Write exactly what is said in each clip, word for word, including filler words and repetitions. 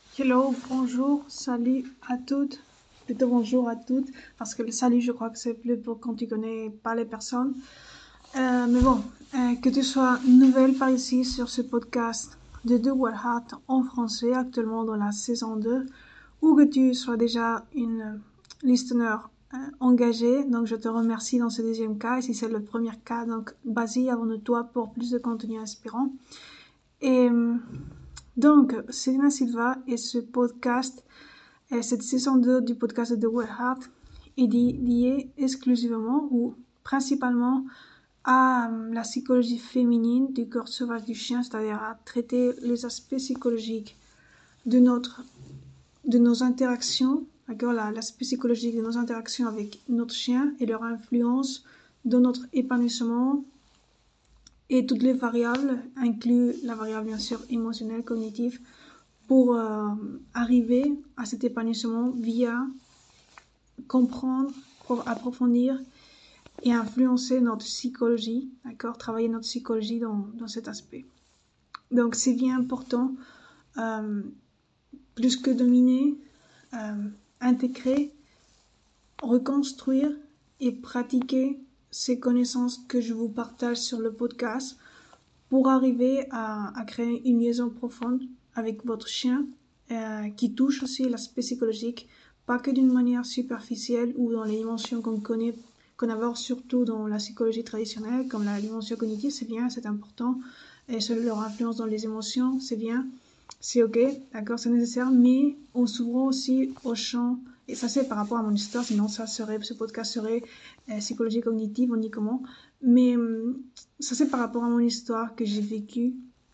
Hello, bonjour, salut à toutes. Plutôt bonjour à toutes, parce que le salut, je crois que c'est plus pour quand tu connais pas les personnes. Euh, mais bon, euh, que tu sois nouvelle par ici sur ce podcast de The What Heart en français, actuellement dans la saison deux, ou que tu sois déjà une listener euh, engagée, donc je te remercie dans ce deuxième cas, et si c'est le premier cas, donc vas-y avant de toi pour plus de contenu inspirant. Et donc, Selena Silva et ce podcast, et cette saison deux du podcast de The Wild Heart est liée exclusivement ou principalement à la psychologie féminine du corps sauvage du chien, c'est-à-dire à traiter les aspects psychologiques de notre, de nos interactions, d'accord, l'aspect psychologique de nos interactions avec notre chien et leur influence dans notre épanouissement et toutes les variables, incluent la variable bien sûr émotionnelle, cognitive, pour euh, arriver à cet épanouissement via comprendre, approfondir et influencer notre psychologie, d'accord, travailler notre psychologie dans, dans cet aspect. Donc c'est bien important, euh, plus que dominer, euh, intégrer, reconstruire et pratiquer ces connaissances que je vous partage sur le podcast pour arriver à, à créer une liaison profonde avec votre chien euh, qui touche aussi l'aspect psychologique, pas que d'une manière superficielle ou dans les dimensions qu'on connaît, qu'on aborde surtout dans la psychologie traditionnelle, comme la dimension cognitive, c'est bien, c'est important, et sur leur influence dans les émotions, c'est bien, c'est ok, d'accord, c'est nécessaire, mais on s'ouvre aussi au champ, et ça c'est par rapport à mon histoire, sinon ça serait, ce podcast serait euh, psychologie cognitive, on dit comment, mais ça c'est par rapport à mon histoire que j'ai vécue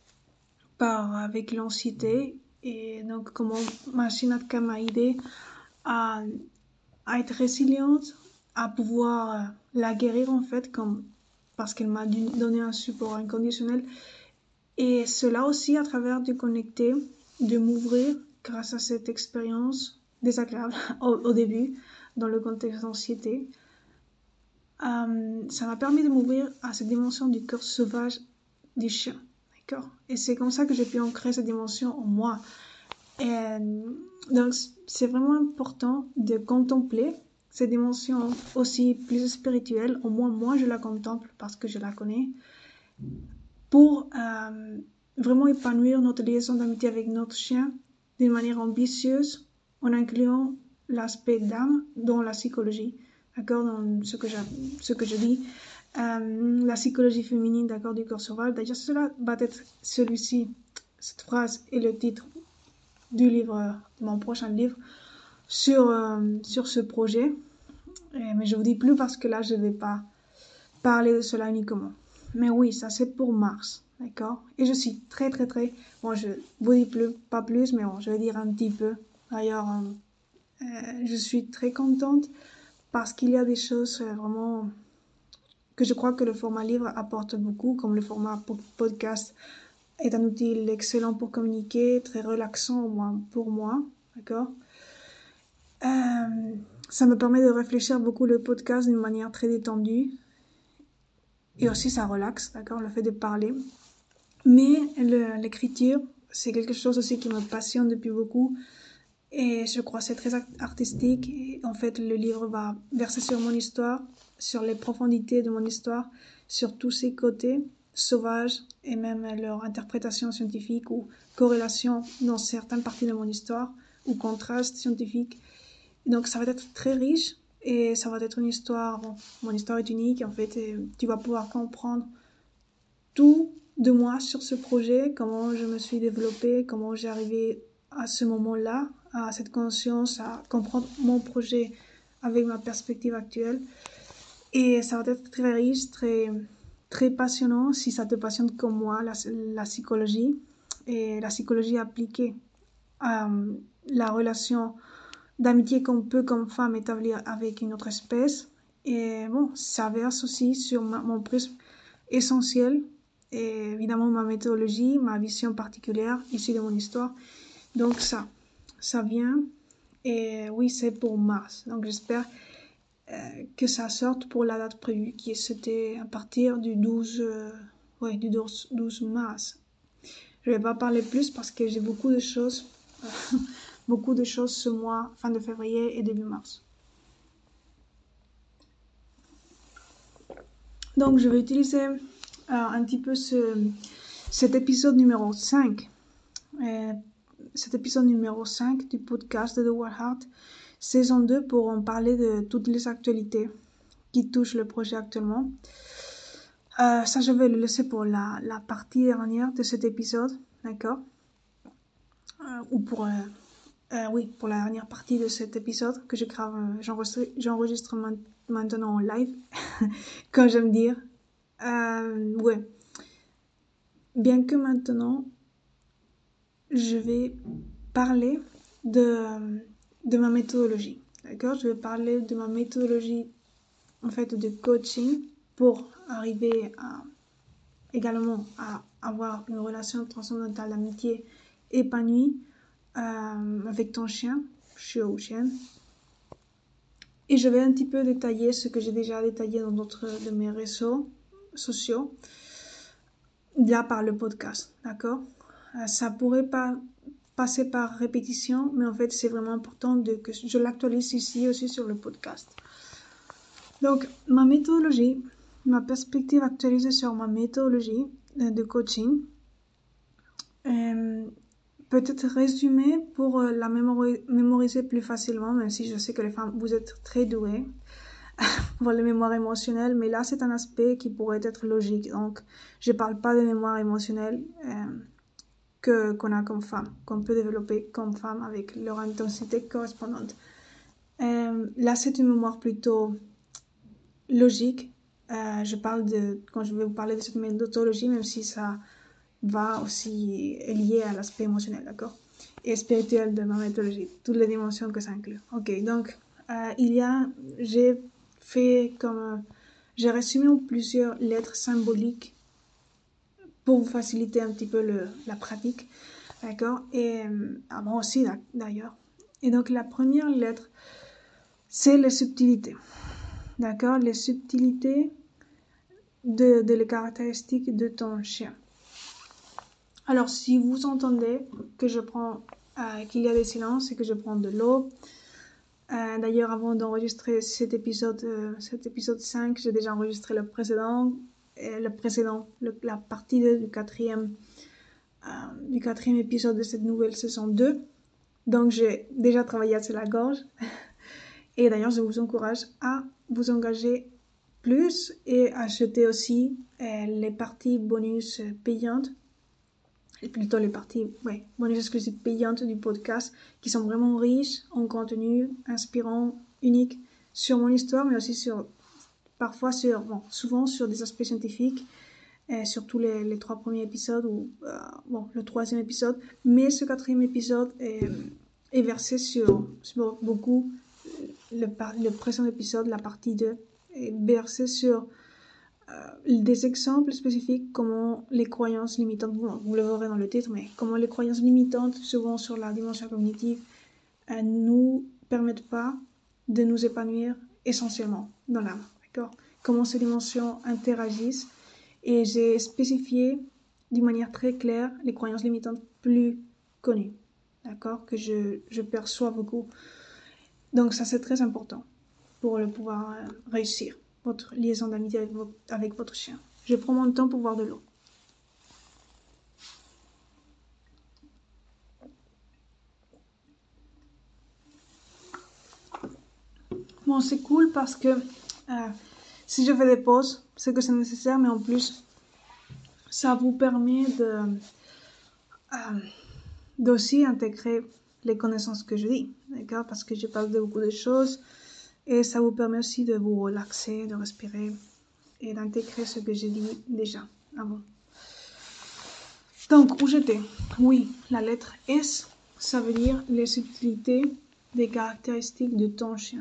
par, avec l'anxiété, et donc comment ma Shinatka m'a aidé à, à être résiliente, à pouvoir la guérir en fait, comme, parce qu'elle m'a donné un support inconditionnel. Et cela aussi à travers de connecter, de m'ouvrir grâce à cette expérience désagréable au, au début, dans le contexte d'anxiété. Euh, ça m'a permis de m'ouvrir à cette dimension du corps sauvage du chien. D'accord? Et c'est comme ça que j'ai pu ancrer cette dimension en moi. Et donc, c'est vraiment important de contempler cette dimension aussi plus spirituelle. Au moins, moi, je la contemple parce que je la connais. Pour euh, vraiment épanouir notre liaison d'amitié avec notre chien d'une manière ambitieuse en incluant l'aspect d'âme dans la psychologie. D'accord, dans ce que je, ce que je dis, euh, la psychologie féminine, d'accord, du corps sauvage. D'ailleurs, cela va être celui-ci, cette phrase est le titre du livre, de mon prochain livre, sur, euh, sur ce projet. Et, mais je vous dis plus parce que là, je ne vais pas parler de cela uniquement. Mais oui, ça c'est pour mars, d'accord? Et je suis très très très, bon, je vous dis plus, pas plus, mais bon, je vais dire un petit peu. D'ailleurs, euh, je suis très contente parce qu'il y a des choses euh, vraiment que je crois que le format livre apporte beaucoup, comme le format podcast est un outil excellent pour communiquer, très relaxant au moins pour moi, d'accord? Euh, ça me permet de réfléchir beaucoup le podcast d'une manière très détendue. Et aussi, ça relaxe, d'accord, le fait de parler. Mais le, l'écriture, c'est quelque chose aussi qui me passionne depuis beaucoup. Et je crois que c'est très artistique. Et en fait, le livre va verser sur mon histoire, sur les profondités de mon histoire, sur tous ses côtés sauvages et même leur interprétation scientifique ou corrélation dans certaines parties de mon histoire ou contraste scientifique. Donc ça va être très riche et ça va être une histoire, bon, mon histoire est unique en fait, et tu vas pouvoir comprendre tout de moi sur ce projet, comment je me suis développée, comment j'ai arrivé à ce moment-là, à cette conscience, à comprendre mon projet avec ma perspective actuelle. Et ça va être très riche, très, très passionnant si ça te passionne comme moi, la, la psychologie et la psychologie appliquée à la relation d'amitié qu'on peut comme femme établir avec une autre espèce. Et bon, ça verse aussi sur ma, mon prisme essentiel et évidemment ma méthodologie, ma vision particulière issue de mon histoire. Donc ça, ça vient et oui, c'est pour mars. Donc j'espère euh, que ça sorte pour la date prévue qui c'était à partir du douze, euh, ouais, du douze mars. Je vais pas parler plus parce que j'ai beaucoup de choses beaucoup de choses ce mois, fin de février et début mars. Donc, je vais utiliser euh, un petit peu ce, cet épisode numéro cinq. Euh, cet épisode numéro cinq du podcast de The Wild Heart, saison deux, pour en parler de toutes les actualités qui touchent le projet actuellement. Euh, ça, je vais le laisser pour la, la partie dernière de cet épisode, d'accord? Euh, ou pour, euh, euh, oui, pour la dernière partie de cet épisode que je grave, euh, j'enregistre, j'enregistre man- maintenant en live, comme j'aime dire. Euh, ouais. Bien que maintenant, je vais parler de, de ma méthodologie, d'accord? Je vais parler de ma méthodologie, en fait, de coaching pour arriver à, également à avoir une relation transcendantale d'amitié épanouie euh, avec ton chien, chien ou chienne. Et je vais un petit peu détailler ce que j'ai déjà détaillé dans d'autres de mes réseaux sociaux, là par le podcast, d'accord? Euh, ça pourrait pas passer par répétition, mais en fait c'est vraiment important de, que je l'actualise ici aussi sur le podcast. Donc ma méthodologie, ma perspective actualisée sur ma méthodologie de coaching, euh, peut être résumée pour la mémori- mémoriser plus facilement, même si je sais que les femmes, vous êtes très douées pour la mémoire émotionnelle, mais là c'est un aspect qui pourrait être logique. Donc je parle pas de mémoire émotionnelle euh, que qu'on a comme femme, qu'on peut développer comme femme avec leur intensité correspondante. Euh, là c'est une mémoire plutôt logique. Euh, je parle de, quand je vais vous parler de cette méthodologie, même si ça va aussi est lié à l'aspect émotionnel, d'accord, et spirituel de ma méthodologie, toutes les dimensions que ça inclut. Ok, donc euh, il y a, j'ai fait comme, euh, j'ai résumé en plusieurs lettres symboliques pour vous faciliter un petit peu le, la pratique, d'accord, et euh, à moi aussi d'ailleurs. Et donc la première lettre, c'est les subtilités, d'accord, les subtilités de, de les caractéristiques de ton chien. Alors, si vous entendez que je prends, euh, qu'il y a des silences et que je prends de l'eau, euh, d'ailleurs, avant d'enregistrer cet épisode, euh, cet épisode cinq, j'ai déjà enregistré le précédent, et le précédent, le, la partie deux du quatrième, euh, du quatrième épisode de cette nouvelle saison deux. Donc, j'ai déjà travaillé sur la gorge. Et d'ailleurs, je vous encourage à vous engager plus et acheter aussi euh, les parties bonus payantes, plutôt les parties ouais, bonus exclusives payantes du podcast, qui sont vraiment riches en contenu inspirant, unique sur mon histoire, mais aussi sur, parfois sur, bon, souvent sur des aspects scientifiques, euh, surtout les, les trois premiers épisodes, ou euh, bon, le troisième épisode, mais ce quatrième épisode est, est versé sur, sur beaucoup, le, le précédent épisode, la partie deux, est versé sur Euh, des exemples spécifiques, comment les croyances limitantes, bon, vous le verrez dans le titre, mais comment les croyances limitantes, souvent sur la dimension cognitive, euh, nous permettent pas de nous épanouir essentiellement dans l'âme, d'accord? Comment ces dimensions interagissent, et j'ai spécifié d'une manière très claire les croyances limitantes plus connues, d'accord? Que je, je perçois beaucoup. Donc ça, c'est très important pour le pouvoir euh, réussir votre liaison d'amitié avec, avec votre chien. Je prends mon temps pour boire de l'eau. Bon, c'est cool parce que euh, si je fais des pauses, c'est que c'est nécessaire, mais en plus, ça vous permet de euh, d'aussi intégrer les connaissances que je dis, d'accord? Parce que je parle de beaucoup de choses et ça vous permet aussi de vous relaxer, de respirer et d'intégrer ce que j'ai dit déjà avant. Donc, où j'étais? Oui, la lettre S, ça veut dire les subtilités des caractéristiques de ton chien.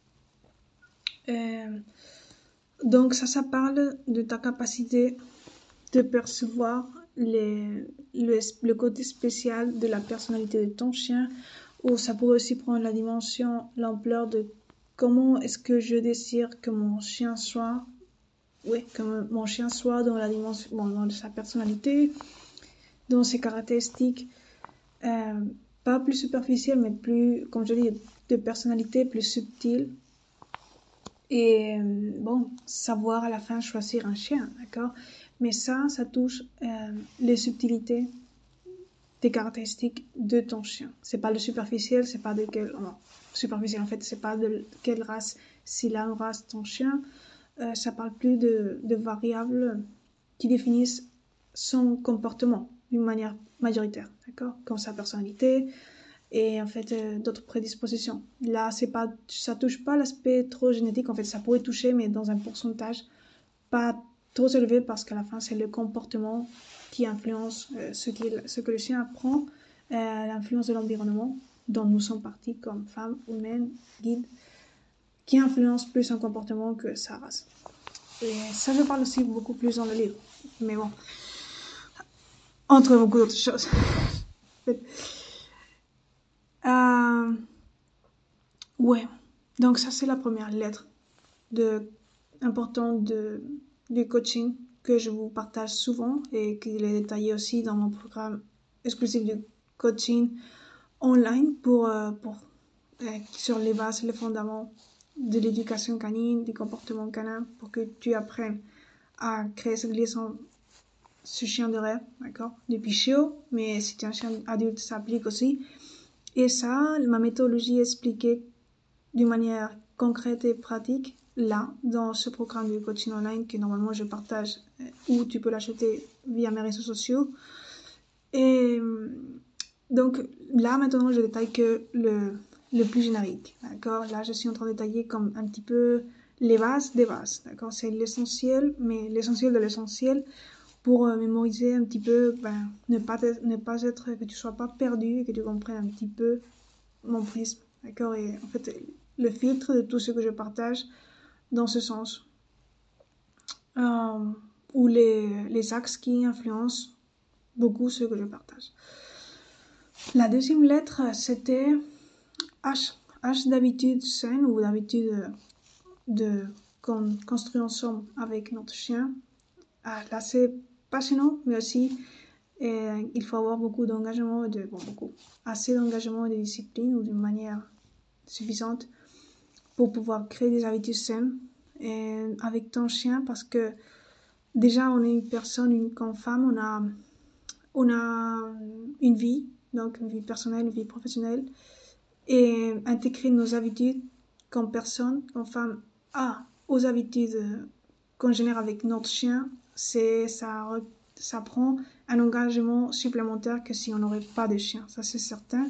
Euh, donc, ça, ça parle de ta capacité de percevoir les, le, le côté spécial de la personnalité de ton chien, ou ça pourrait aussi prendre la dimension, l'ampleur de comment est-ce que je désire que mon chien soit, oui, que mon chien soit dans la dimension, bon, dans sa personnalité, dans ses caractéristiques, euh, pas plus superficielle, mais plus, comme je dis, de personnalité plus subtile. Et euh, bon, savoir à la fin choisir un chien, d'accord? Mais ça, ça touche euh, les subtilités des caractéristiques de ton chien. C'est pas le superficiel, c'est pas de quelle... Non, superficiel en fait, c'est pas de quelle race, s'il a une race ton chien. Euh, ça parle plus de, de variables qui définissent son comportement d'une manière majoritaire, d'accord? Comme sa personnalité et en fait euh, d'autres prédispositions. Là, c'est pas, ça touche pas l'aspect trop génétique, en fait, ça pourrait toucher, mais dans un pourcentage pas trop élevé parce qu'à la fin, c'est le comportement qui influence euh, ce, qui, ce que le chien apprend, euh, l'influence de l'environnement dont nous sommes partis comme femmes, humaines, guides, qui influence plus son comportement que sa race. Et ça, je parle aussi beaucoup plus dans le livre. Mais bon, entre beaucoup d'autres choses. euh, ouais, donc ça, c'est la première lettre de, importante de, du coaching que je vous partage souvent et qu'il est détaillé aussi dans mon programme exclusif de coaching online pour, euh, pour, euh, sur les bases et les fondements de l'éducation canine, du comportement canin, pour que tu apprennes à créer cette liaison, ce chien de rêve, d'accord, depuis chiot, mais si tu es un chien adulte, ça applique aussi. Et ça, ma méthodologie est expliquée d'une manière concrète et pratique là, dans ce programme de coaching online que normalement je partage, ou tu peux l'acheter via mes réseaux sociaux. Et donc là, maintenant, je détaille que le, le plus générique, d'accord? Là, je suis en train de détailler comme un petit peu les bases des bases, d'accord? C'est l'essentiel, mais l'essentiel de l'essentiel pour euh, mémoriser un petit peu, ben, ne pas, ne pas être, que tu sois pas perdu et que tu comprennes un petit peu mon prisme, d'accord? Et en fait, le filtre de tout ce que je partage dans ce sens. Euh, ou les, les axes qui influencent beaucoup ce que je partage. La deuxième lettre, c'était H. H d'habitude saine ou d'habitude de qu'on construit ensemble avec notre chien. Ah, là, c'est passionnant, mais aussi euh, il faut avoir beaucoup d'engagement, de, bon, beaucoup, assez d'engagement et de discipline ou d'une manière suffisante pour pouvoir créer des habitudes saines et avec ton chien parce que déjà on est une personne, une, comme femme, on a, on a une vie, donc une vie personnelle, une vie professionnelle et intégrer nos habitudes comme personne, comme femme, à aux habitudes qu'on génère avec notre chien, c'est ça, ça prend un engagement supplémentaire que si on n'aurait pas de chien, ça c'est certain.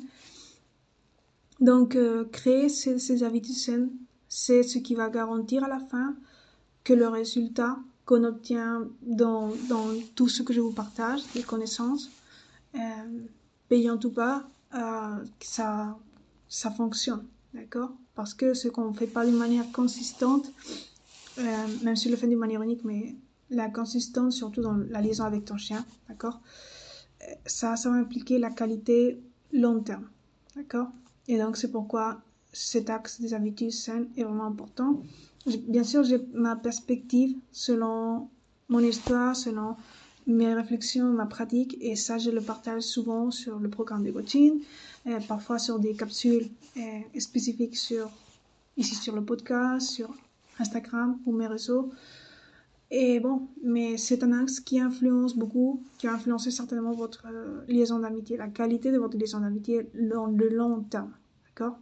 Donc euh, créer ces, ces habitudes saines, c'est ce qui va garantir à la fin que le résultat qu'on obtient dans, dans tout ce que je vous partage, les connaissances, euh, payantes ou pas, euh, ça, ça fonctionne, d'accord? Parce que ce qu'on ne fait pas d'une manière consistante, euh, même si on le fait d'une manière unique, mais la consistance, surtout dans la liaison avec ton chien, d'accord? Ça, ça va impliquer la qualité long terme, d'accord? Et donc, c'est pourquoi cet axe des habitudes saines est vraiment important. Bien sûr, j'ai ma perspective selon mon histoire, selon mes réflexions, ma pratique, et ça, je le partage souvent sur le programme de coaching, euh, parfois sur des capsules euh, spécifiques sur, ici sur le podcast, sur Instagram ou mes réseaux. Et bon, mais c'est un axe qui influence beaucoup, qui a influencé certainement votre euh, liaison d'amitié, la qualité de votre liaison d'amitié dans le long terme, d'accord?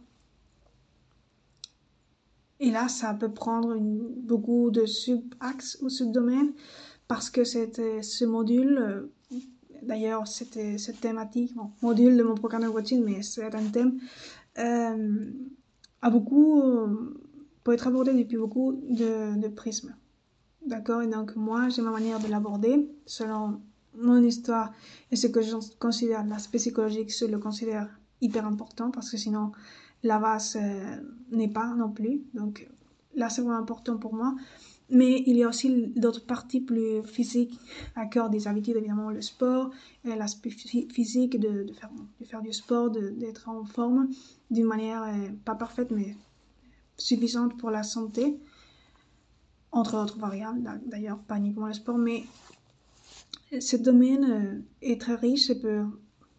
Et là, ça peut prendre une, beaucoup de sub-axes ou sub-domaines parce que c'était ce module, euh, d'ailleurs, c'était cette thématique, bon, module de mon programme de coaching, mais c'est un thème, euh, a beaucoup, euh, peut être abordé depuis beaucoup de, de prismes. D'accord? Et donc, moi, j'ai ma manière de l'aborder selon mon histoire et ce que je considère l'aspect psychologique, je le considère hyper important parce que sinon, la base euh, n'est pas non plus. Donc, là, c'est vraiment important pour moi. Mais il y a aussi d'autres parties plus physiques à cœur des habitudes, évidemment, le sport, l'aspect physique de, de, faire, de faire du sport, de, d'être en forme d'une manière euh, pas parfaite, mais suffisante pour la santé. Entre autres variables, d'ailleurs, pas uniquement le sport, mais ce domaine est très riche et peut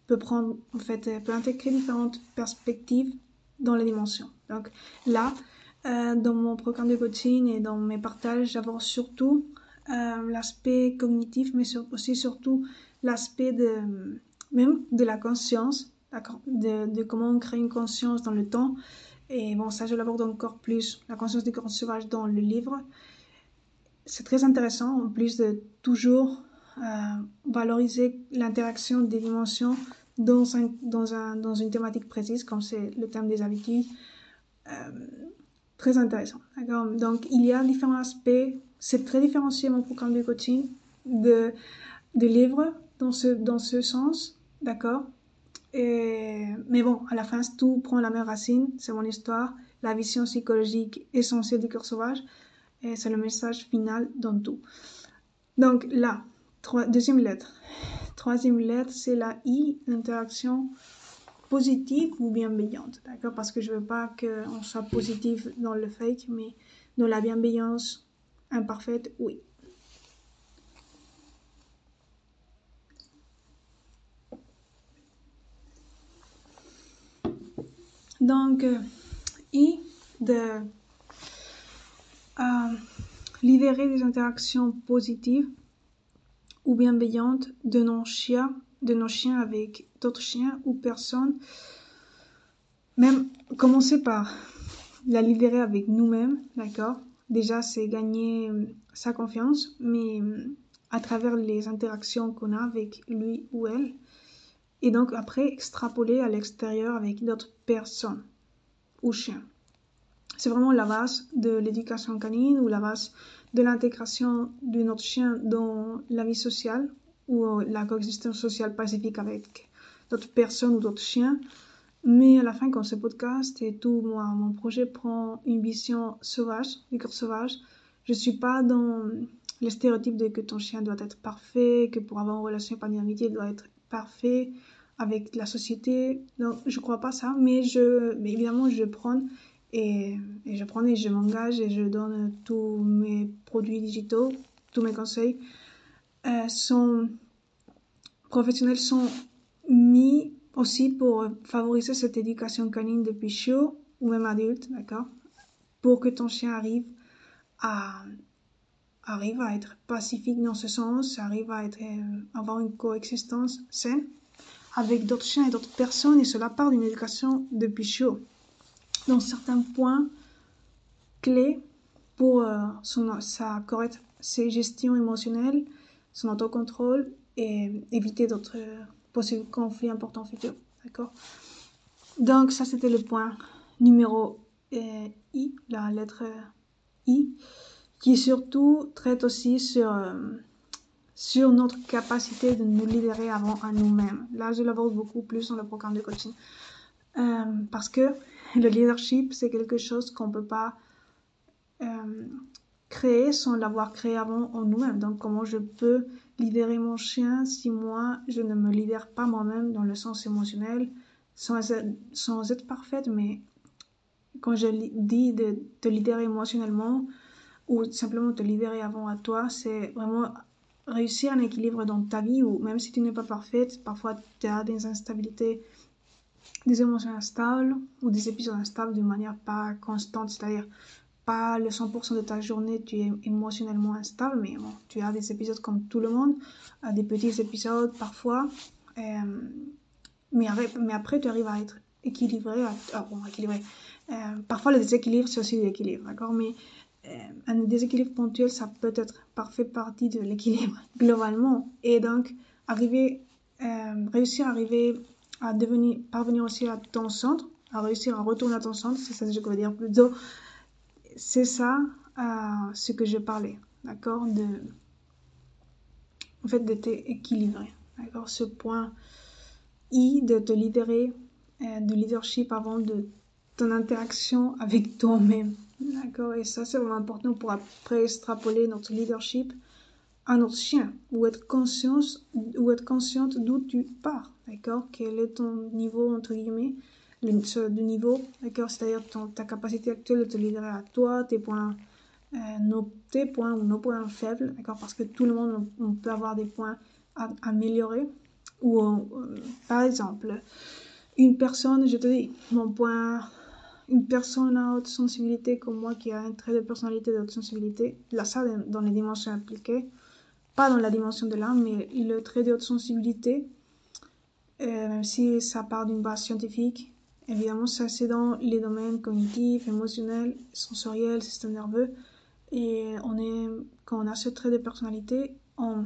peut prendre, en fait, peut intégrer différentes perspectives dans les dimensions. Donc là, euh, dans mon programme de coaching et dans mes partages, j'aborde surtout euh, l'aspect cognitif, mais sur, aussi surtout l'aspect de même de la conscience, de, de comment on crée une conscience dans le temps. Et bon, ça, je l'aborde encore plus, la conscience du corps sauvage dans le livre. C'est très intéressant, en plus de toujours euh, valoriser l'interaction des dimensions dans, un, dans, un, dans une thématique précise, comme c'est le thème des habitudes. Euh, très intéressant. D'accord. Donc, il y a différents aspects. C'est très différencié, mon programme de coaching, de, de livres dans ce, dans ce sens. D'accord. Et, mais bon, à la fin, tout prend la même racine. C'est mon histoire, la vision psychologique essentielle du cœur sauvage. Et c'est le message final dans tout. Donc là, trois, deuxième lettre. Troisième lettre, c'est la I, l'interaction positive ou bienveillante. D'accord? Parce que je veux pas qu'on soit positif dans le fake, mais dans la bienveillance imparfaite, oui. Donc, euh, I de euh, libérer des interactions positives ou bienveillantes de nos chiens, de nos chiens avec d'autres chiens ou personnes. Même commencer par la libérer avec nous-mêmes, d'accord? Déjà, c'est gagner euh, sa confiance, mais euh, à travers les interactions qu'on a avec lui ou elle. Et donc, après, extrapoler à l'extérieur avec d'autres personnes ou chiens. C'est vraiment la base de l'éducation canine ou la base de l'intégration de notre chien dans la vie sociale ou la coexistence sociale pacifique avec d'autres personnes ou d'autres chiens. Mais à la fin, quand ce podcast et tout moi, mon projet prend une vision sauvage, du cœur sauvage, je ne suis pas dans les stéréotypes de que ton chien doit être parfait, que pour avoir une relation par d'amitié, il doit être parfait avec la société. Donc, je ne crois pas ça, mais, je, mais évidemment, je prends et, et je prends et je m'engage et je donne tous mes produits digitaux, tous mes conseils euh, sont professionnels sont mis aussi pour favoriser cette éducation canine depuis chiot ou même adulte, d'accord, pour que ton chien arrive à arrive à être pacifique dans ce sens, arrive à être euh, avoir une coexistence saine avec d'autres chiens et d'autres personnes, et cela part d'une éducation depuis chiot. Donc certains points clés pour euh, son, sa correcte ses gestions émotionnelles, son autocontrôle et éviter d'autres euh, possibles conflits importants futurs. D'accord? Donc ça c'était le point numéro euh, I, la lettre euh, I, qui surtout traite aussi sur, euh, sur notre capacité de nous libérer avant à nous-mêmes. Là je l'aborde beaucoup plus dans le programme de coaching. Euh, parce que le leadership c'est quelque chose qu'on ne peut pas euh, créer sans l'avoir créé avant en nous-mêmes. Donc comment je peux libérer mon chien si moi je ne me libère pas moi-même dans le sens émotionnel, sans être, sans être parfaite, mais quand je dis de te libérer émotionnellement ou simplement te libérer avant à toi, c'est vraiment réussir un équilibre dans ta vie où même si tu n'es pas parfaite, parfois tu as des instabilités, des émotions instables ou des épisodes instables de manière pas constante, c'est-à-dire pas le cent pour cent de ta journée tu es émotionnellement instable, mais bon, tu as des épisodes comme tout le monde, des petits épisodes parfois, euh, mais, avec, mais après tu arrives à être équilibré, à, ah, bon, équilibré. Euh, parfois le déséquilibre c'est aussi l'équilibre, d'accord, mais euh, un déséquilibre ponctuel ça peut être parfait partie de l'équilibre globalement, et donc arriver, euh, réussir à arriver à devenir, parvenir aussi à ton centre, à réussir à retourner à ton centre, c'est ça que je veux dire plutôt. C'est ça euh, ce que je parlais, d'accord, de, en fait, de t'équilibrer, d'accord, ce point I, de te libérer euh, de leadership avant de ton interaction avec toi-même, d'accord, et ça c'est vraiment important pour après extrapoler notre leadership à notre chien, ou être consciente, ou être consciente d'où tu pars, d'accord, quel est ton niveau, entre guillemets, le, de niveau, d'accord, c'est-à-dire ton, ta capacité actuelle de te libérer à toi, tes points, euh, nos, tes points ou nos points faibles, d'accord, parce que tout le monde, on, on peut avoir des points à, à améliorer, Ou, euh, par exemple, une personne, je te dis, mon point, une personne à haute sensibilité comme moi qui a un trait de personnalité de haute sensibilité, là ça dans les dimensions appliquées, pas dans la dimension de l'âme, mais le trait de haute sensibilité, euh, même si ça part d'une base scientifique, évidemment ça c'est dans les domaines cognitifs, émotionnels, sensoriels, système nerveux, et on est, quand on a ce trait de personnalité, on,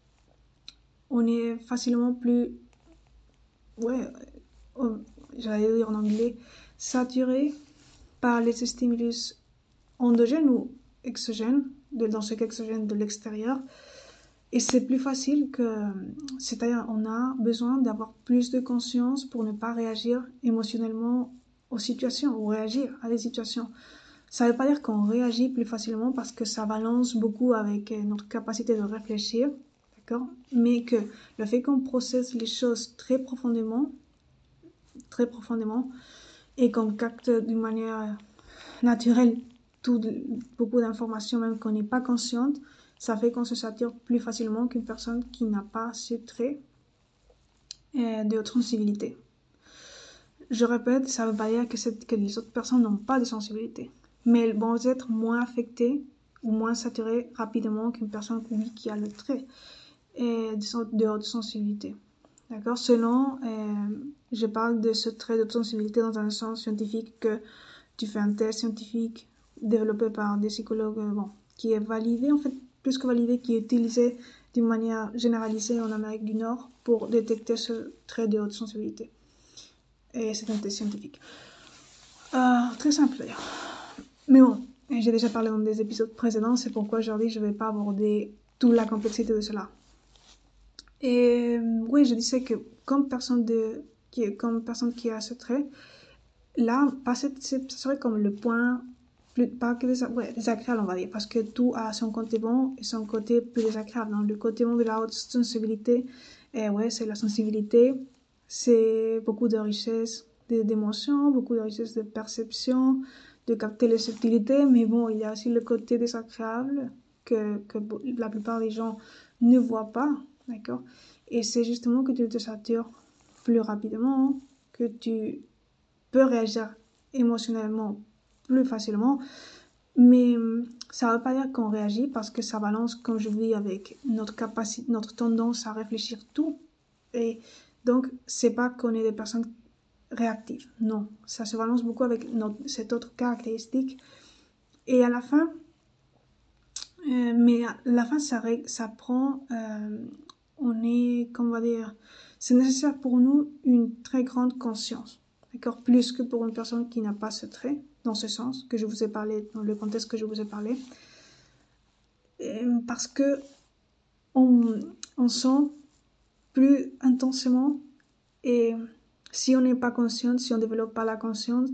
on est facilement plus, ouais, on- j'allais dire en anglais, saturé par les stimulus endogènes ou exogènes, de, dans ce cas exogène de l'extérieur. Et c'est plus facile que, c'est-à-dire on a besoin d'avoir plus de conscience pour ne pas réagir émotionnellement aux situations ou réagir à des situations. Ça ne veut pas dire qu'on réagit plus facilement parce que ça balance beaucoup avec notre capacité de réfléchir, d'accord? Mais que le fait qu'on processe les choses très profondément, très profondément, et qu'on capte d'une manière naturelle tout, beaucoup d'informations même qu'on n'est pas consciente, ça fait qu'on se sature plus facilement qu'une personne qui n'a pas ce trait euh, de haute sensibilité. Je répète, ça ne veut pas dire que, que les autres personnes n'ont pas de sensibilité, mais elles vont être moins affectées ou moins saturées rapidement qu'une personne oui, qui a le trait euh, de, de haute sensibilité. D'accord? Selon, euh, je parle de ce trait de haute sensibilité dans un sens scientifique que tu fais un test scientifique développé par des psychologues, bon, qui est validé, en fait, plus que validé, qui est utilisé d'une manière généralisée en Amérique du Nord pour détecter ce trait de haute sensibilité. Et c'est un test scientifique. Euh, très simple d'ailleurs. Mais bon, j'ai déjà parlé dans des épisodes précédents, c'est pourquoi aujourd'hui je ne vais pas aborder toute la complexité de cela. Et oui, je disais que comme personne, de, qui, comme personne qui a ce trait, là, ce serait comme le point, plus, pas que des, ouais, désagréable, on va dire, parce que tout a son côté bon et son côté plus désagréable. Donc, le côté bon de la haute sensibilité, et ouais, c'est la sensibilité, c'est beaucoup de richesse d'émotions, beaucoup de richesse de perception, de capter les subtilités, mais bon, il y a aussi le côté désagréable que, que la plupart des gens ne voient pas, d'accord? Et c'est justement que tu te satures plus rapidement, que tu peut réagir émotionnellement plus facilement, mais ça ne veut pas dire qu'on réagit parce que ça balance, comme je dis, avec notre capacité, notre tendance à réfléchir tout. Et donc, c'est pas qu'on est des personnes réactives. Non, ça se balance beaucoup avec notre, cette autre caractéristique. Et à la fin, euh, mais à la fin, ça, ça prend, euh, on est, comment on va dire, c'est nécessaire pour nous une très grande conscience. D'accord? Plus que pour une personne qui n'a pas ce trait, dans ce sens que je vous ai parlé, dans le contexte que je vous ai parlé. Et parce que on, on sent plus intensément, et si on n'est pas conscient, si on ne développe pas la conscience,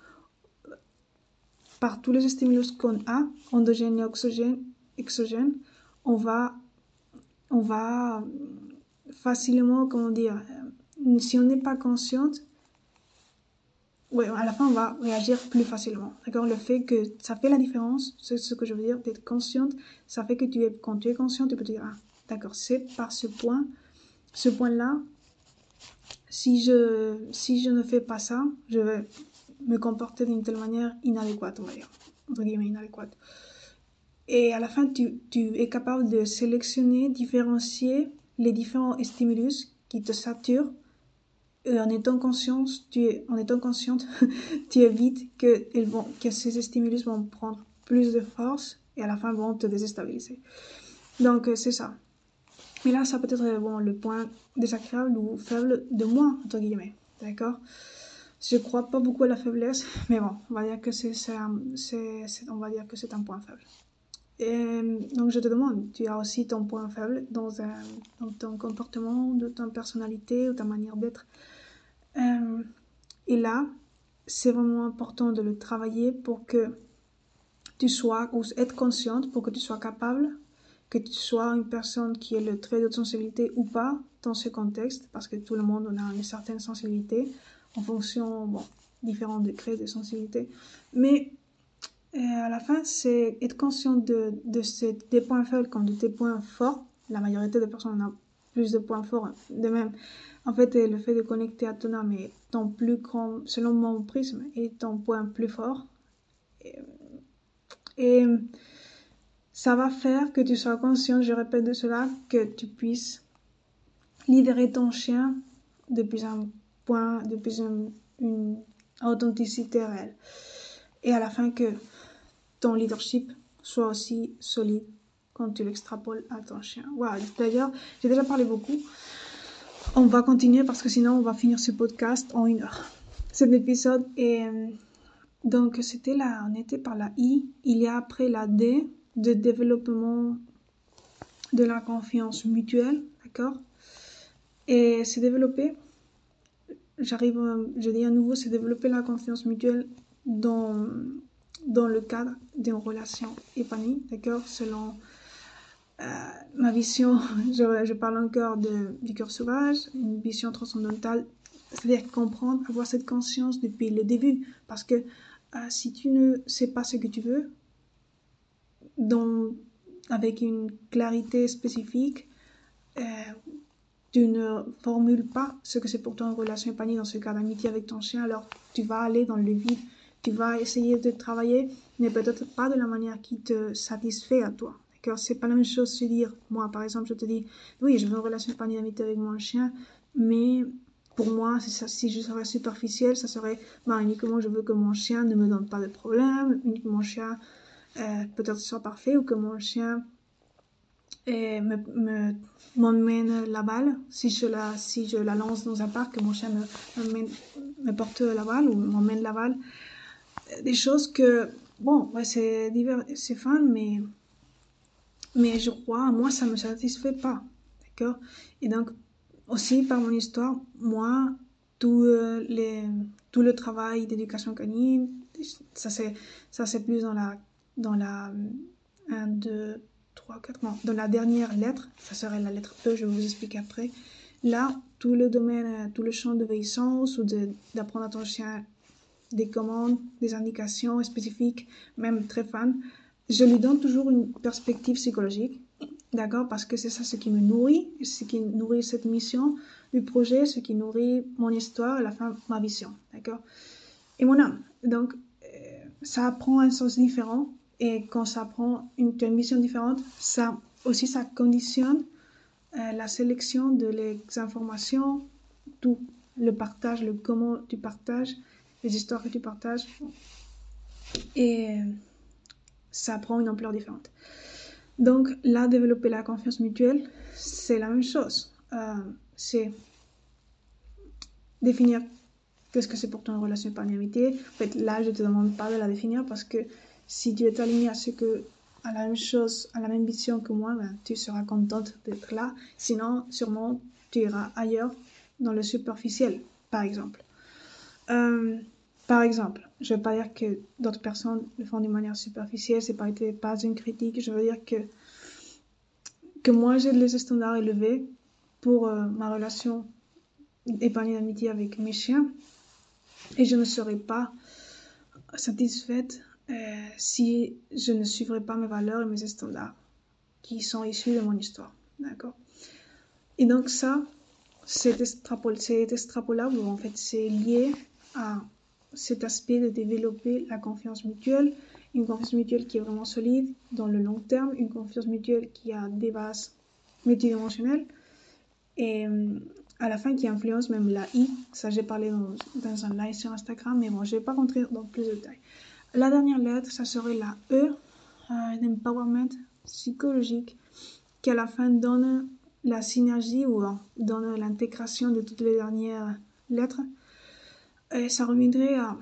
par tous les stimulus qu'on a, endogènes et exogènes, exogènes on va, on va facilement, comment dire, si on n'est pas consciente, ouais, à la fin, on va réagir plus facilement. D'accord? Le fait que ça fait la différence, c'est ce que je veux dire, d'être consciente, ça fait que tu es, quand tu es consciente, tu peux te dire, ah, d'accord, c'est par ce point, ce point-là, si je, si je ne fais pas ça, je vais me comporter d'une telle manière inadéquate, on va dire, entre guillemets, inadéquate. Et à la fin, tu, tu es capable de sélectionner, différencier les différents stimulus qui te saturent. Et en étant consciente, tu es, en étant consciente, tu évites que, elles vont, que ces stimulus vont prendre plus de force et à la fin vont te déstabiliser. Donc c'est ça. Mais là, ça peut être bon, le point désagréable ou faible de moi, entre guillemets. D'accord? Je crois pas beaucoup à la faiblesse, mais bon, on va dire que c'est, c'est, c'est, c'est on va dire que c'est un point faible. Et donc je te demande, tu as aussi ton point faible dans, un, dans ton comportement, de ta personnalité ou ta manière d'être. Euh, et là, c'est vraiment important de le travailler pour que tu sois, ou être consciente, pour que tu sois capable, que tu sois une personne qui ait le trait de sensibilité ou pas dans ce contexte, parce que tout le monde on a une certaine sensibilité en fonction, bon, différents degrés de sensibilité. Mais euh, à la fin, c'est être conscient de, de ces, des points faibles comme de tes points forts. La majorité des personnes en a plus de points forts. De même, en fait, le fait de connecter à ton âme est ton plus grand, selon mon prisme, est ton point plus fort. Et, et ça va faire que tu sois conscient, je répète de cela, que tu puisses libérer ton chien depuis un point, depuis un, une authenticité réelle. Et à la fin, que ton leadership soit aussi solide quand tu l'extrapoles à ton chien. Voilà. D'ailleurs, j'ai déjà parlé beaucoup. On va continuer parce que sinon, on va finir ce podcast en une heure. Cet épisode est... Donc, c'était là, on était par la I. Il y a après la D, de développement de la confiance mutuelle, d'accord? Et c'est développé, j'arrive, je dis à nouveau, c'est développer la confiance mutuelle dans, dans le cadre d'une relation épanouie, d'accord? Selon euh, ma vision, je, je parle encore de, du cœur sauvage, une vision transcendantale, c'est-à-dire comprendre, avoir cette conscience depuis le début. Parce que euh, si tu ne sais pas ce que tu veux, dans, avec une clarité spécifique, euh, tu ne formules pas ce que c'est pour toi une relation épanouie dans ce cas d'amitié avec ton chien, alors tu vas aller dans le vide. Tu vas essayer de travailler, mais peut-être pas de la manière qui te satisfait à toi. D'accord? C'est pas la même chose de dire, moi par exemple, je te dis, oui, je veux une relation épanouie d'amitié avec mon chien, mais pour moi, si, ça, si je serais superficielle, ça serait, bah, uniquement je veux que mon chien ne me donne pas de problème, uniquement que mon chien euh, peut-être soit parfait, ou que mon chien et me, me, m'emmène la balle. Si je la, si je la lance dans un parc, que mon chien me, me, me porte la balle ou m'emmène la balle. Des choses que, bon, ouais, c'est divers, c'est fun, mais, mais je crois, moi, ça me satisfait pas. D'accord? Et donc, aussi, par mon histoire, moi, tout, euh, les, tout le travail d'éducation canine, ça c'est, ça c'est plus dans la, dans la, un, deux, trois, quatre, non, dans la dernière lettre, ça serait la lettre E, je vais vous expliquer après. Là, tout le domaine, tout le champ d'obéissance ou de, d'apprendre à ton chien des commandes, des indications spécifiques, même très fan, je lui donne toujours une perspective psychologique, d'accord, parce que c'est ça ce qui me nourrit, ce qui nourrit cette mission du projet, ce qui nourrit mon histoire, à la fin, ma vision, d'accord, et mon âme. Donc, euh, ça prend un sens différent, et quand ça prend une, une mission différente, ça aussi, ça conditionne euh, la sélection de les informations, tout, le partage, le comment tu partages, les histoires que tu partages, et ça prend une ampleur différente. Donc là, développer la confiance mutuelle, c'est la même chose. Euh, c'est définir qu'est-ce que c'est pour toi une relation épanouie-amitié. En fait, là, je ne te demande pas de la définir parce que si tu es aligné à ce que, à la même chose, à la même vision que moi, ben, tu seras contente d'être là. Sinon, sûrement, tu iras ailleurs, dans le superficiel, par exemple. Euh, par exemple, je ne veux pas dire que d'autres personnes le font d'une manière superficielle, c'est pas, pas une critique, je veux dire que, que moi j'ai les standards élevés pour euh, ma relation épanouie d'amitié avec mes chiens et je ne serais pas satisfaite euh, si je ne suivrais pas mes valeurs et mes standards qui sont issus de mon histoire, d'accord? Et donc ça, c'est, extrapol- c'est extrapolable, en fait c'est lié à cet aspect de développer la confiance mutuelle, une confiance mutuelle qui est vraiment solide dans le long terme, une confiance mutuelle qui a des bases multidimensionnelles et à la fin qui influence même la I. Ça j'ai parlé dans, dans un live sur Instagram, mais bon, je ne vais pas rentrer dans plus de détails. La dernière lettre, ça serait la E, un empowerment psychologique qui à la fin donne la synergie ou donne l'intégration de toutes les dernières lettres. Et ça reviendrait à...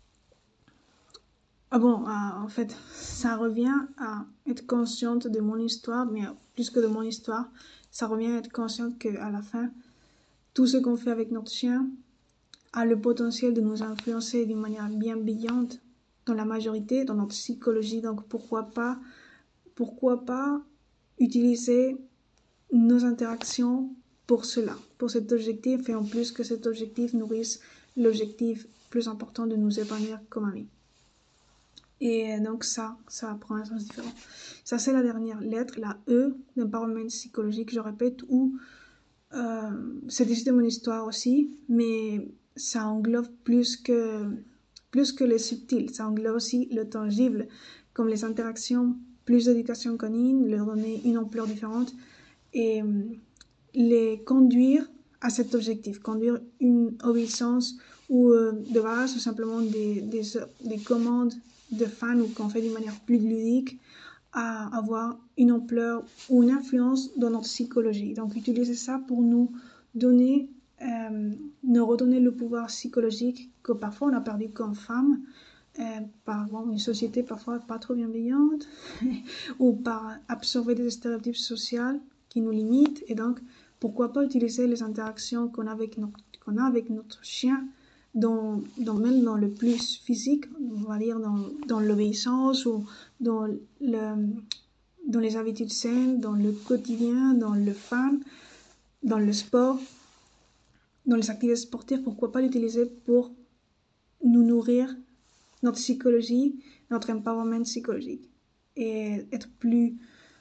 Ah bon, à, en fait, ça revient à être consciente de mon histoire, mais plus que de mon histoire, ça revient à être consciente qu'à la fin, tout ce qu'on fait avec notre chien a le potentiel de nous influencer d'une manière bienveillante dans la majorité, dans notre psychologie. Donc pourquoi pas, pourquoi pas utiliser nos interactions pour cela, pour cet objectif, et en plus que cet objectif nourrisse l'objectif plus important de nous épanouir comme amis. Et donc ça, ça prend un sens différent. Ça, c'est la dernière lettre, la E, d'empowerment psychologique, je répète, où Euh, c'est issu de mon histoire aussi, mais ça englobe plus que, plus que le subtil. Ça englobe aussi le tangible, comme les interactions, plus d'éducation canine, leur donner une ampleur différente et euh, les conduire à cet objectif, conduire une obéissance ou euh, de base ou simplement des, des, des commandes de fans ou qu'on fait d'une manière plus ludique à avoir une ampleur ou une influence dans notre psychologie. Donc utiliser ça pour nous donner, euh, nous redonner le pouvoir psychologique que parfois on a perdu comme femme, euh, par bon, une société parfois pas trop bienveillante ou par absorber des stéréotypes sociaux qui nous limitent. Et donc, pourquoi pas utiliser les interactions qu'on a avec notre, qu'on a avec notre chien dans, dans, même dans le plus physique, on va dire dans, dans l'obéissance ou dans, le, dans les habitudes saines, dans le quotidien, dans le fun, dans le sport, dans les activités sportives, pourquoi pas l'utiliser pour nous nourrir notre psychologie, notre empowerment psychologique et être plus,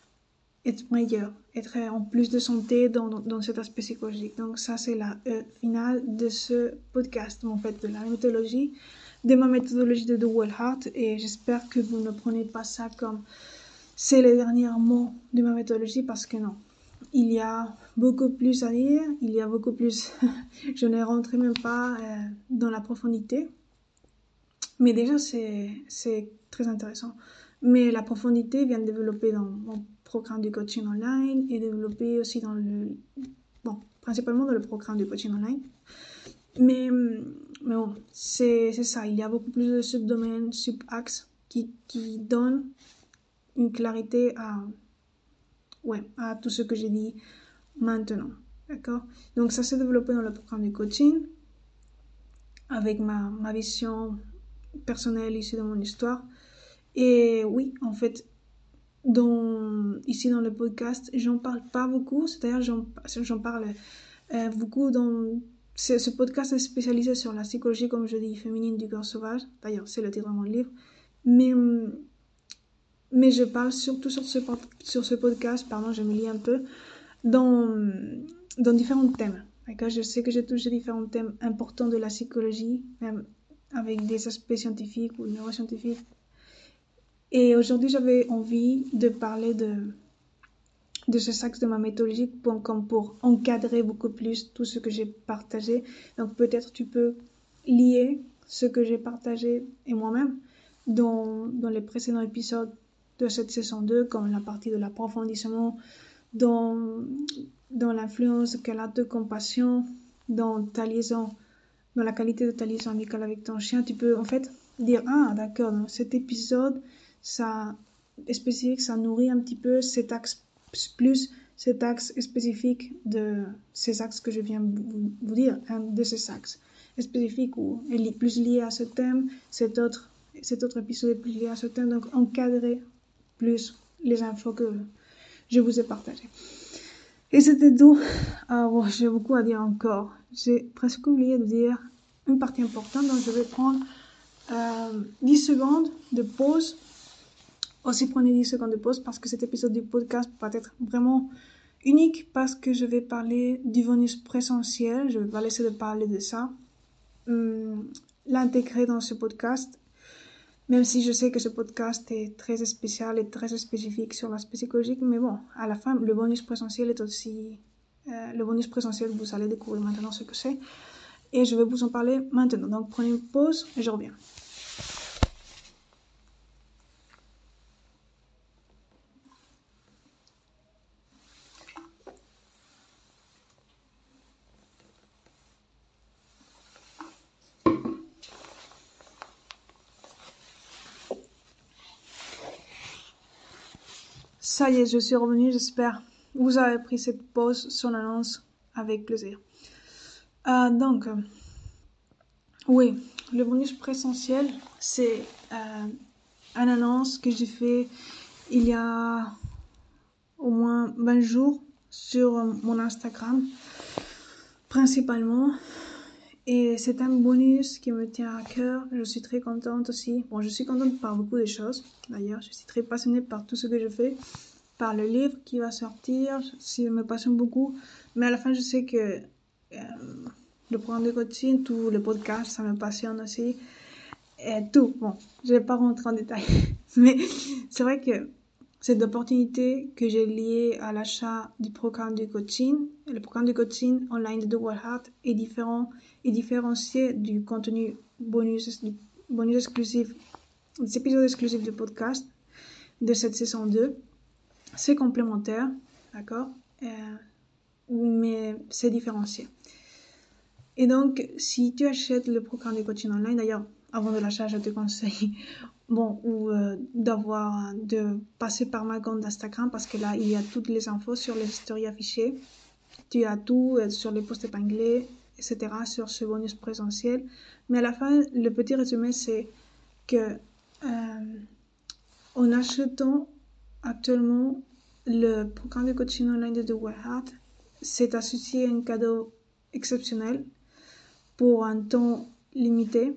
être meilleur, être en plus de santé dans, dans cet aspect psychologique. Donc ça, c'est la euh, finale de ce podcast, en fait, de la méthodologie, de ma méthodologie de The Well Heart, et j'espère que vous ne prenez pas ça comme c'est les derniers mots de ma méthodologie, parce que non. Il y a beaucoup plus à dire, il y a beaucoup plus, je ne rentrerai même pas euh, dans la profondité, mais déjà c'est, c'est très intéressant. Mais la profondité vient de développer dans mon programme de coaching online et développer aussi dans le, bon, principalement dans le programme de coaching online. Mais, mais bon, c'est, c'est ça, il y a beaucoup plus de subdomaines, subaxes qui, qui donnent une clarité à, ouais, à tout ce que j'ai dit maintenant. D'accord? Donc ça s'est développé dans le programme de coaching avec ma, ma vision personnelle issue de mon histoire. Et oui, en fait, dans, ici dans le podcast, j'en parle pas beaucoup, c'est-à-dire j'en, j'en parle euh, beaucoup dans... Ce, ce podcast est spécialisé sur la psychologie, comme je dis, féminine du cœur sauvage. D'ailleurs, c'est le titre de mon livre. Mais, mais je parle surtout sur ce, sur ce podcast, pardon, je me lis un peu, dans, dans différents thèmes. D'accord? Je sais que j'ai touché différents thèmes importants de la psychologie, même avec des aspects scientifiques ou neuroscientifiques. Et aujourd'hui, j'avais envie de parler de, de ce axe de ma méthodologie pour, comme pour encadrer beaucoup plus tout ce que j'ai partagé. Donc peut-être tu peux lier ce que j'ai partagé et moi-même dans, dans les précédents épisodes de cette saison deux, comme la partie de l'approfondissement, dans, dans l'influence qu'elle a de compassion, dans ta liaison, dans la qualité de ta liaison amicale avec ton chien. Tu peux en fait dire, ah d'accord, dans cet épisode, ça est spécifique, ça nourrit un petit peu cet axe plus cet axe spécifique de ces axes que je viens vous, vous dire, un de ces axes spécifiques où elle est plus lié à ce thème, cet autre, cet autre épisode est plus lié à ce thème, donc encadrer plus les infos que je vous ai partagées. Et c'était tout. Ah, bon, j'ai beaucoup à dire encore. J'ai presque oublié de dire une partie importante, donc je vais prendre euh, dix secondes de pause. Aussi prenez dix secondes de pause parce que cet épisode du podcast va être vraiment unique parce que je vais parler du bonus présentiel. Je vais pas laisser de parler de ça. Hum, l'intégrer dans ce podcast, même si je sais que ce podcast est très spécial et très spécifique sur l'aspect psychologique, mais bon, à la fin, le bonus présentiel est aussi... Euh, le bonus présentiel, vous allez découvrir maintenant ce que c'est. Et je vais vous en parler maintenant. Donc prenez une pause et je reviens. Ça y est, je suis revenue, j'espère. Vous avez pris cette pause sur l'annonce avec plaisir. Euh, donc, euh, oui, le bonus présentiel, c'est euh, une annonce que j'ai fait il y a au moins vingt jours sur mon Instagram, principalement. Et c'est un bonus qui me tient à cœur. Je suis très contente aussi. Bon, je suis contente par beaucoup de choses. D'ailleurs, je suis très passionnée par tout ce que je fais, par le livre qui va sortir. Ça me passionne beaucoup. Mais à la fin, je sais que euh, le programme de coaching, tout le podcast, ça me passionne aussi. Et tout, bon, je vais pas rentrer en détail. Mais c'est vrai que cette opportunité que j'ai liée à l'achat du programme de coaching, le programme de coaching online de The Wild Heart est différent et différencié du contenu bonus, du bonus exclusif, des épisodes exclusifs du podcast de cette saison deux. C'est complémentaire, d'accord, euh, mais c'est différencié. Et donc, si tu achètes le programme de coaching online, d'ailleurs, avant de l'achat, je te conseille, bon, ou euh, d'avoir, de passer par ma compte d'Instagram parce que là, il y a toutes les infos sur les stories affichées. Tu as tout euh, sur les posts épinglés, et cetera, sur ce bonus présentiel. Mais à la fin, le petit résumé, c'est que euh, en achetant actuellement le programme de coaching online de The Wild Heart, c'est associé à un cadeau exceptionnel pour un temps limité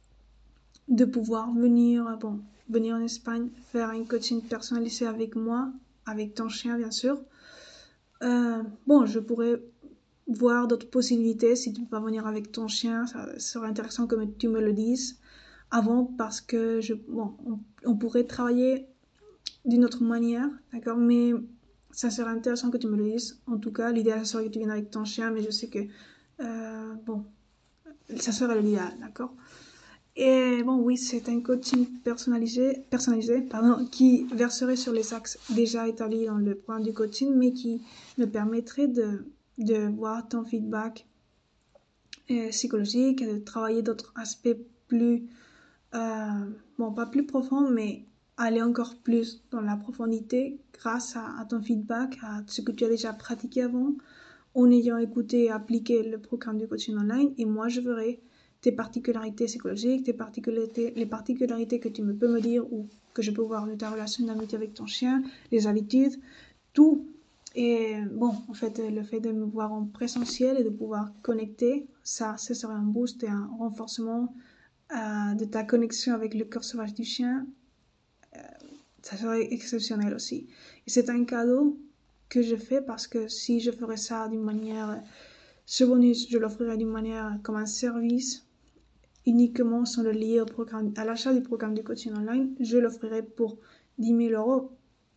de pouvoir venir, bon, venir en Espagne, faire un coaching personnalisé avec moi, avec ton chien bien sûr. Euh, bon, je pourrais voir d'autres possibilités si tu peux pas venir avec ton chien, ça serait intéressant que tu me le dises avant parce que je, bon, on, on pourrait travailler d'une autre manière, d'accord, mais ça serait intéressant que tu me le dises. En tout cas, l'idéal serait que tu viennes avec ton chien, mais je sais que, euh, bon, ça serait l'idéal, d'accord. Et bon, oui, c'est un coaching personnalisé, personnalisé pardon, qui verserait sur les axes déjà établis dans le programme du coaching, mais qui me permettrait de, de voir ton feedback euh, psychologique et de travailler d'autres aspects plus, euh, bon, pas plus profonds, mais aller encore plus dans la profondité grâce à, à ton feedback, à ce que tu as déjà pratiqué avant, en ayant écouté et appliqué le programme du coaching online. Et moi, je verrai tes particularités psychologiques, tes particularités, les particularités que tu me peux me dire ou que je peux voir de ta relation d'amitié avec ton chien, les habitudes, tout. Et bon, en fait, le fait de me voir en présentiel et de pouvoir connecter, ça, ce serait un boost et un renforcement euh, de ta connexion avec le cœur sauvage du chien. Euh, ça serait exceptionnel aussi. Et c'est un cadeau que je fais parce que si je ferais ça d'une manière, ce bonus, je l'offrirais d'une manière comme un service, uniquement sans le lier au programme, à l'achat du programme de coaching online, je l'offrirais pour dix mille euros.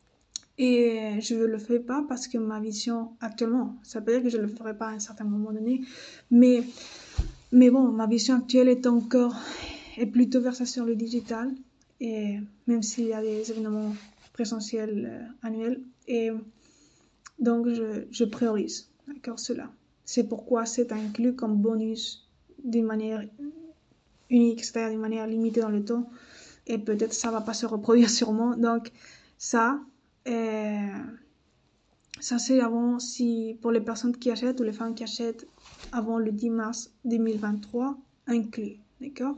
Et je ne le fais pas parce que ma vision actuellement, ça peut dire que je ne le ferai pas à un certain moment donné, mais, mais bon, ma vision actuelle est encore, est plutôt versée sur le digital, et même s'il y a des événements présentiels euh, annuels, et donc je, je priorise, d'accord, cela. C'est pourquoi c'est inclus comme bonus d'une manière unique, c'est-à-dire d'une manière limitée dans le temps, et peut-être ça va pas se reproduire sûrement, donc ça, euh, ça c'est avant, si pour les personnes qui achètent ou les femmes qui achètent avant le dix mars deux mille vingt-trois, inclus, d'accord.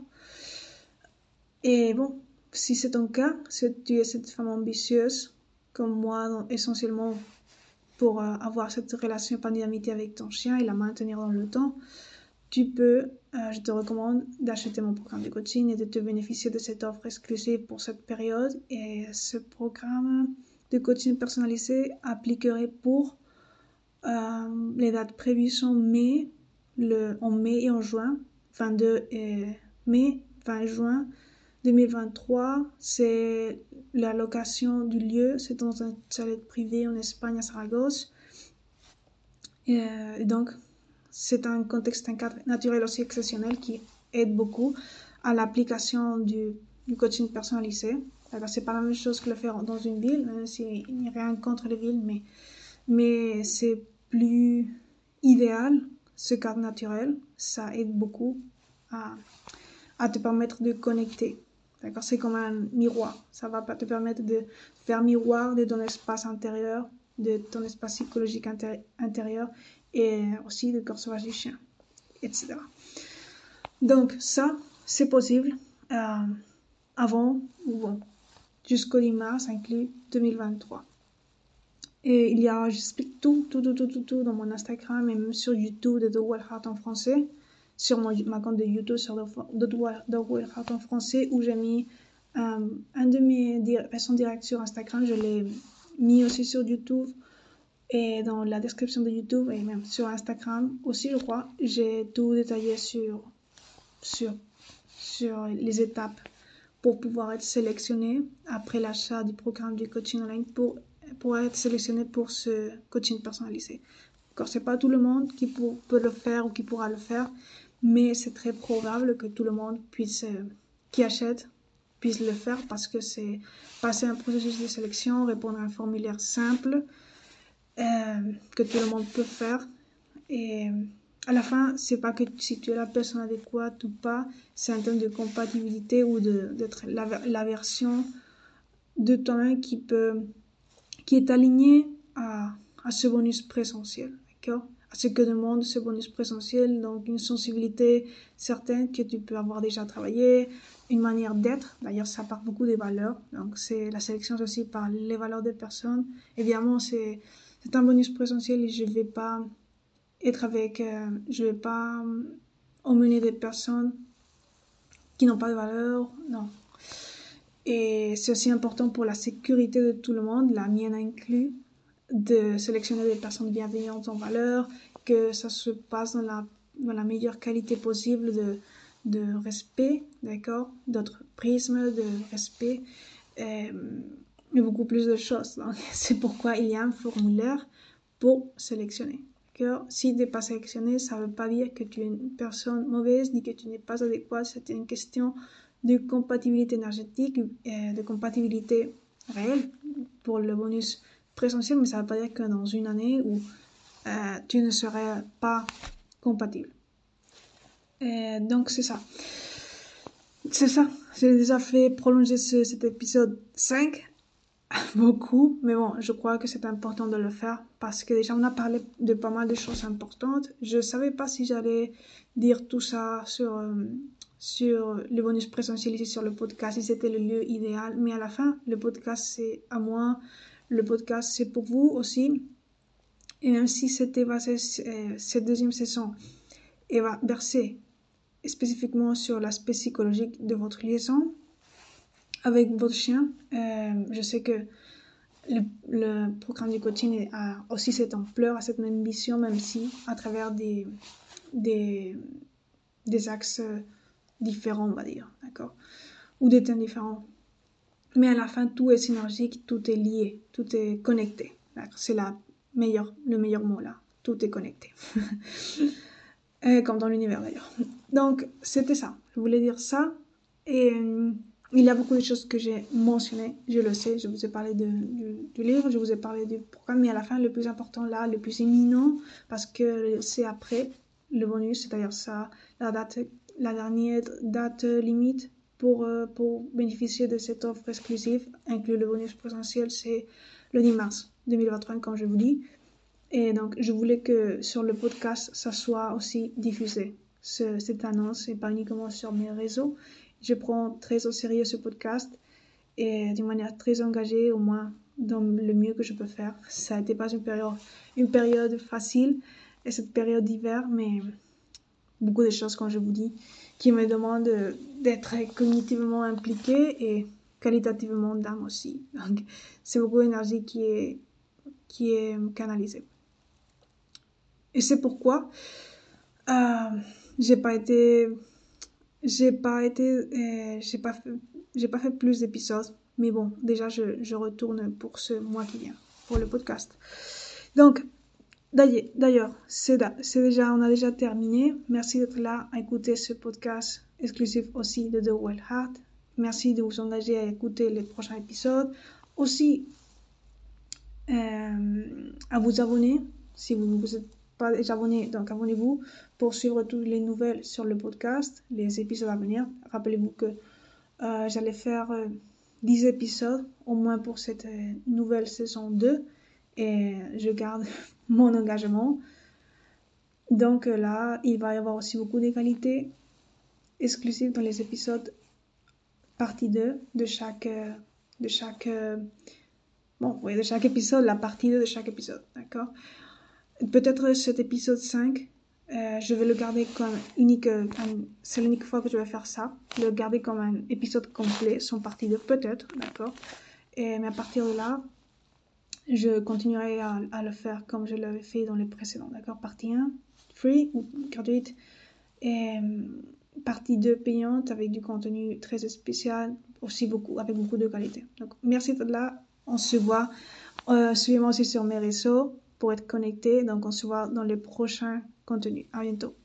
Et bon, si c'est ton cas, si tu es cette femme ambitieuse, comme moi, donc, essentiellement pour euh, avoir cette relation pas d'amitié avec ton chien et la maintenir dans le temps, tu peux, euh, je te recommande d'acheter mon programme de coaching et de te bénéficier de cette offre exclusive pour cette période. Et ce programme de coaching personnalisé appliquerait pour euh, les dates prévues sont mai, le, en mai et en juin, vingt-deux et mai, vingt juin deux mille vingt-trois. C'est la location du lieu, c'est dans un chalet privé en Espagne à Saragosse. Et, euh, et donc, c'est un contexte, un cadre naturel aussi exceptionnel qui aide beaucoup à l'application du, du coaching personnalisé. Alors, c'est pas la même chose que le faire dans une ville, même s'il n'y a rien contre les villes, mais, mais c'est plus idéal, ce cadre naturel. Ça aide beaucoup à, à te permettre de connecter. D'accord, c'est comme un miroir. Ça va te permettre de faire miroir de ton espace intérieur, de ton espace psychologique intérieur et aussi du corps sauvage du chien, et cetera. Donc ça, c'est possible euh, avant ou bon, jusqu'au dix mars, inclus deux mille vingt-trois. Et il y a, j'explique tout, tout, tout, tout, tout, tout dans mon Instagram et même sur YouTube de The Wild Heart en français, sur mon, ma compte de YouTube sur The Wild Heart en français, où j'ai mis euh, un de mes versions directes sur Instagram, je l'ai mis aussi sur YouTube, Et dans la description de YouTube et même sur Instagram aussi, je crois, j'ai tout détaillé sur, sur, sur les étapes pour pouvoir être sélectionné après l'achat du programme du coaching online pour, pour être sélectionné pour ce coaching personnalisé. D'accord, c'est pas tout le monde qui pour, peut le faire ou qui pourra le faire, mais c'est très probable que tout le monde puisse, euh, qui achète, puisse le faire parce que c'est passer un processus de sélection, répondre à un formulaire simple, euh, que tout le monde peut faire. Et à la fin, c'est pas que si tu es la personne adéquate ou pas, c'est un terme de compatibilité ou de, d'être la, la version de toi-même qui peut, qui est alignée à, à ce bonus présentiel, d'accord? À ce que demande ce bonus présentiel, donc une sensibilité certaine que tu peux avoir déjà travaillé, une manière d'être. D'ailleurs, ça part beaucoup des valeurs. Donc, c'est la sélection aussi par les valeurs des personnes. Évidemment, c'est, c'est un bonus présentiel et je vais pas être avec, euh, je vais pas emmener des personnes qui n'ont pas de valeur, non. Et c'est aussi important pour la sécurité de tout le monde, la mienne inclus, de sélectionner des personnes bienveillantes en valeur, que ça se passe dans la, dans la meilleure qualité possible de, de respect, d'accord, d'autres prismes de respect, et, et beaucoup plus de choses. Donc, c'est pourquoi il y a un formulaire pour sélectionner. D'accord? Si tu n'es pas sélectionné, ça ne veut pas dire que tu es une personne mauvaise ni que tu n'es pas adéquat. C'est une question de compatibilité énergétique, euh, de compatibilité réelle pour le bonus présentiel, mais ça ne veut pas dire que dans une année où euh, tu ne serais pas compatible. Et donc c'est ça. C'est ça. J'ai déjà fait prolonger ce, cet épisode cinq beaucoup, mais bon, je crois que c'est important de le faire parce que déjà on a parlé de pas mal de choses importantes. Je savais pas si j'allais dire tout ça sur euh, sur le bonus présentiel ici sur le podcast, si c'était le lieu idéal, mais à la fin, le podcast c'est à moi, le podcast c'est pour vous aussi, et même si c'était basé euh, cette deuxième saison et va verser spécifiquement sur l'aspect psychologique de votre liaison avec votre chien, euh, je sais que Le, le programme du coaching a aussi cette ampleur, a cette même mission, même si à travers des, des, des axes différents, on va dire, d'accord, ou des thèmes différents. Mais à la fin, tout est synergique, tout est lié, tout est connecté. D'accord, c'est la meilleure, le meilleur mot là. Tout est connecté. euh, comme dans l'univers d'ailleurs. Donc, c'était ça. Je voulais dire ça. Et euh, il y a beaucoup de choses que j'ai mentionnées. Je le sais. Je vous ai parlé de, du, du livre, je vous ai parlé du programme. Mais à la fin, le plus important là, le plus éminent, parce que c'est après le bonus, c'est-à-dire ça, la date, la dernière date limite pour, euh, pour bénéficier de cette offre exclusive, inclus le bonus présentiel, c'est le dix mars deux mille vingt-trois, comme je vous dis. Et donc, je voulais que sur le podcast, ça soit aussi diffusé, ce, cette annonce, et pas uniquement sur mes réseaux. Je prends très au sérieux ce podcast et d'une manière très engagée, au moins dans le mieux que je peux faire. Ça n'était pas une période, une période facile, et cette période d'hiver, mais beaucoup de choses, comme je vous dis, qui me demandent d'être cognitivement impliquée et qualitativement d'âme aussi. Donc, c'est beaucoup d'énergie qui est, qui est canalisée. Et c'est pourquoi euh, j'ai pas été, j'ai pas été, euh, j'ai pas fait, j'ai pas fait plus d'épisodes. Mais bon, déjà je, je retourne pour ce mois qui vient, pour le podcast. Donc, d'ailleurs, c'est, c'est déjà, on a déjà terminé. Merci d'être là à écouter ce podcast exclusif aussi de The Wild Heart. Merci de vous engager à écouter les prochains épisodes. Aussi, euh, à vous abonner si vous vous êtes pas déjà abonné, donc abonnez-vous pour suivre toutes les nouvelles sur le podcast, les épisodes à venir. Rappelez-vous que euh, j'allais faire euh, dix épisodes au moins pour cette euh, nouvelle saison deux et je garde mon engagement. Donc euh, là, il va y avoir aussi beaucoup de qualités exclusives dans les épisodes partie deux de chaque euh, de chaque euh, bon, oui, de chaque épisode, la partie deux de chaque épisode, d'accord? Peut-être cet épisode cinq, euh, je vais le garder comme unique, euh, c'est l'unique fois que je vais faire ça, le garder comme un épisode complet, sans partie deux, peut-être, d'accord. Et, mais à partir de là, je continuerai à, à le faire comme je l'avais fait dans les précédents, d'accord? Partie un, free, gratuite, et partie deux, payante, avec du contenu très spécial, aussi beaucoup, avec beaucoup de qualité. Donc, merci d'être là, on se voit, euh, suivez-moi aussi sur mes réseaux pour être connecté, donc on se voit dans les prochains contenus. À bientôt.